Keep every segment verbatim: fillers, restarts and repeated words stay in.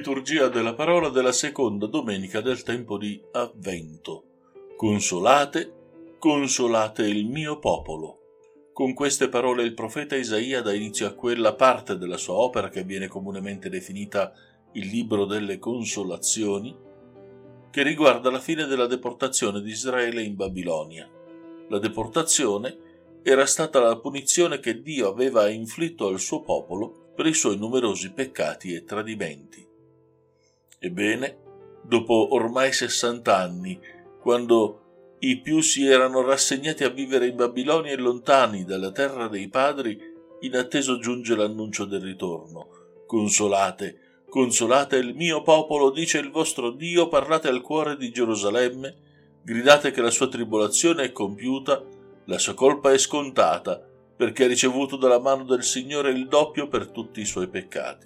Liturgia della parola della seconda domenica del tempo di Avvento. Consolate, consolate il mio popolo. Con queste parole il profeta Isaia dà inizio a quella parte della sua opera che viene comunemente definita il libro delle consolazioni, che riguarda la fine della deportazione di Israele in Babilonia. La deportazione era stata la punizione che Dio aveva inflitto al suo popolo per i suoi numerosi peccati e tradimenti. Ebbene, dopo ormai sessant'anni, quando i più si erano rassegnati a vivere in Babilonia e lontani dalla terra dei padri, inatteso giunge l'annuncio del ritorno. Consolate, consolate il mio popolo, dice il vostro Dio, parlate al cuore di Gerusalemme, gridate che la sua tribolazione è compiuta, la sua colpa è scontata, perché ha ricevuto dalla mano del Signore il doppio per tutti i suoi peccati.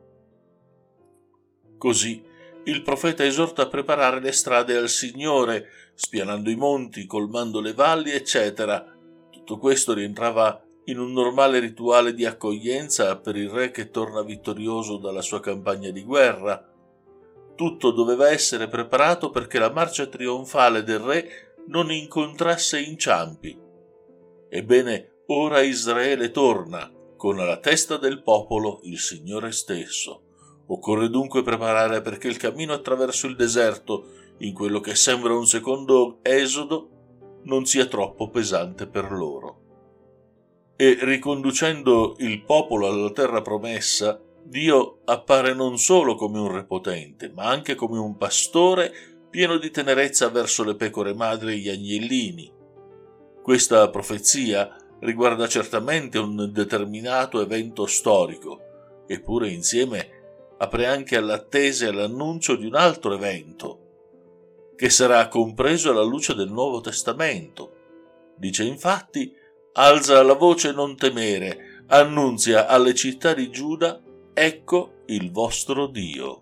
Così il profeta esorta a preparare le strade al Signore, spianando i monti, colmando le valli, eccetera. Tutto questo rientrava in un normale rituale di accoglienza per il re che torna vittorioso dalla sua campagna di guerra. Tutto doveva essere preparato perché la marcia trionfale del re non incontrasse inciampi. Ebbene, ora Israele torna, con alla testa del popolo il Signore stesso. Occorre dunque preparare perché il cammino attraverso il deserto, in quello che sembra un secondo esodo, non sia troppo pesante per loro. E riconducendo il popolo alla terra promessa, Dio appare non solo come un re potente, ma anche come un pastore pieno di tenerezza verso le pecore madri e gli agnellini. Questa profezia riguarda certamente un determinato evento storico, eppure insieme apre anche all'attesa e all'annuncio di un altro evento, che sarà compreso alla luce del Nuovo Testamento. Dice infatti: alza la voce, non temere, annunzia alle città di Giuda, ecco il vostro Dio.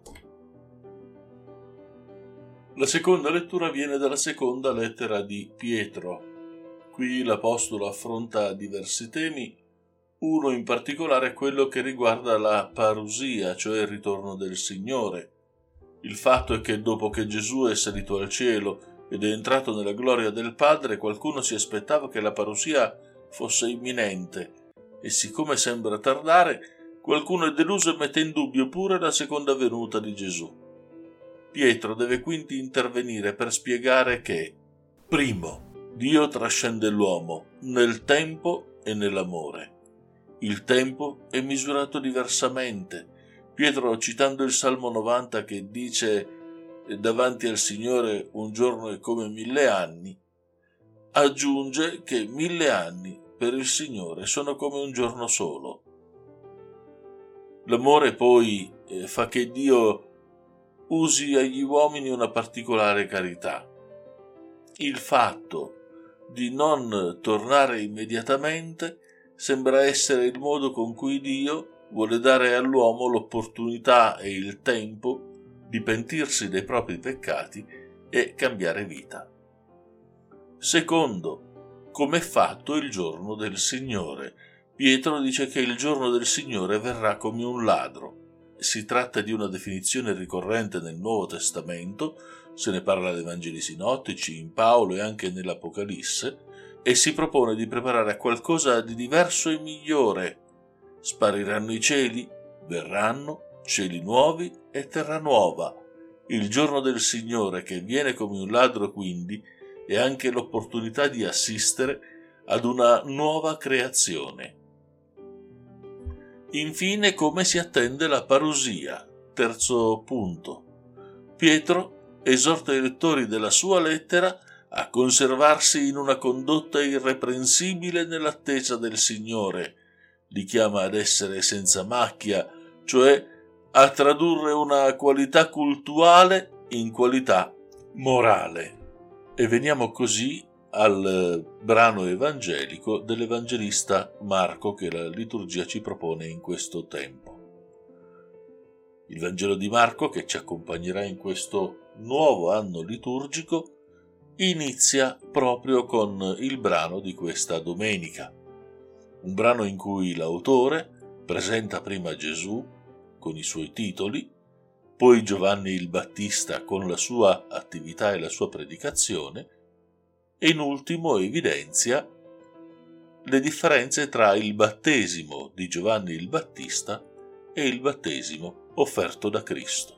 La seconda lettura viene dalla seconda lettera di Pietro. Qui l'Apostolo affronta diversi temi, uno in particolare è quello che riguarda la parusia, cioè il ritorno del Signore. Il fatto è che dopo che Gesù è salito al cielo ed è entrato nella gloria del Padre, qualcuno si aspettava che la parusia fosse imminente e siccome sembra tardare, qualcuno è deluso e mette in dubbio pure la seconda venuta di Gesù. Pietro deve quindi intervenire per spiegare che, primo, Dio trascende l'uomo nel tempo e nell'amore. Il tempo è misurato diversamente. Pietro, citando il Salmo novanta che dice davanti al Signore un giorno è come mille anni, aggiunge che mille anni per il Signore sono come un giorno solo. L'amore poi fa che Dio usi agli uomini una particolare carità. Il fatto di non tornare immediatamente sembra essere il modo con cui Dio vuole dare all'uomo l'opportunità e il tempo di pentirsi dei propri peccati e cambiare vita. Secondo, come è fatto il giorno del Signore. Pietro dice che il giorno del Signore verrà come un ladro. Si tratta di una definizione ricorrente nel Nuovo Testamento, se ne parla nei Vangeli sinottici, in Paolo e anche nell'Apocalisse, e si propone di preparare a qualcosa di diverso e migliore. Spariranno i cieli, verranno cieli nuovi e terra nuova. Il giorno del Signore, che viene come un ladro quindi, è anche l'opportunità di assistere ad una nuova creazione. Infine, come si attende la parusia. Terzo punto. Pietro esorta i lettori della sua lettera a conservarsi in una condotta irreprensibile nell'attesa del Signore. Li chiama ad essere senza macchia, cioè a tradurre una qualità cultuale in qualità morale. E veniamo così al brano evangelico dell'evangelista Marco che la liturgia ci propone in questo tempo. Il Vangelo di Marco, che ci accompagnerà in questo nuovo anno liturgico, inizia proprio con il brano di questa domenica, un brano in cui l'autore presenta prima Gesù con i suoi titoli, poi Giovanni il Battista con la sua attività e la sua predicazione, e in ultimo evidenzia le differenze tra il battesimo di Giovanni il Battista e il battesimo offerto da Cristo.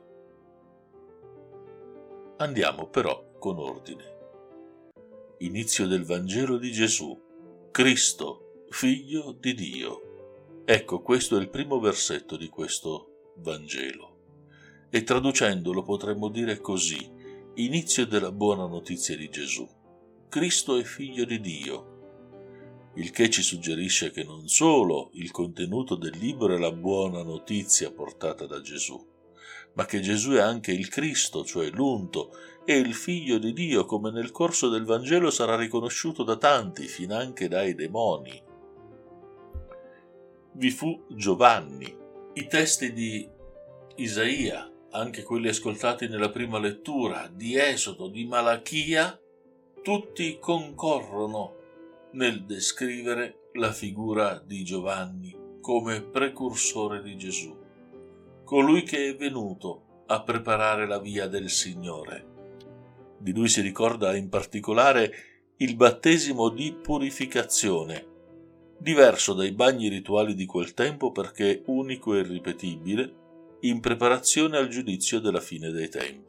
Andiamo però con ordine. Inizio del Vangelo di Gesù, Cristo, Figlio di Dio. Ecco, questo è il primo versetto di questo Vangelo. E traducendolo potremmo dire così: inizio della buona notizia di Gesù. Cristo è Figlio di Dio. Il che ci suggerisce che non solo il contenuto del libro è la buona notizia portata da Gesù, ma che Gesù è anche il Cristo, cioè l'unto, e il Figlio di Dio, come nel corso del Vangelo sarà riconosciuto da tanti, finanche dai demoni. Vi fu Giovanni. I testi di Isaia, anche quelli ascoltati nella prima lettura, di Esodo, di Malachia, tutti concorrono nel descrivere la figura di Giovanni come precursore di Gesù, colui che è venuto a preparare la via del Signore. Di lui si ricorda in particolare il battesimo di purificazione, diverso dai bagni rituali di quel tempo perché unico e irripetibile, in preparazione al giudizio della fine dei tempi.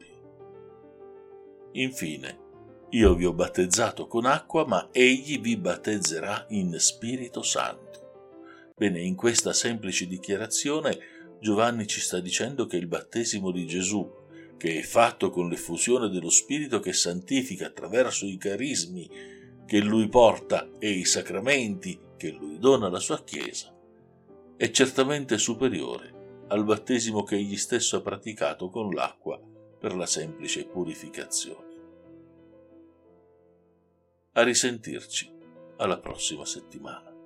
Infine, io vi ho battezzato con acqua, ma egli vi battezzerà in Spirito Santo. Bene, in questa semplice dichiarazione Giovanni ci sta dicendo che il battesimo di Gesù, che è fatto con l'effusione dello Spirito che santifica attraverso i carismi che lui porta e i sacramenti che lui dona alla sua Chiesa, è certamente superiore al battesimo che egli stesso ha praticato con l'acqua per la semplice purificazione. A risentirci alla prossima settimana.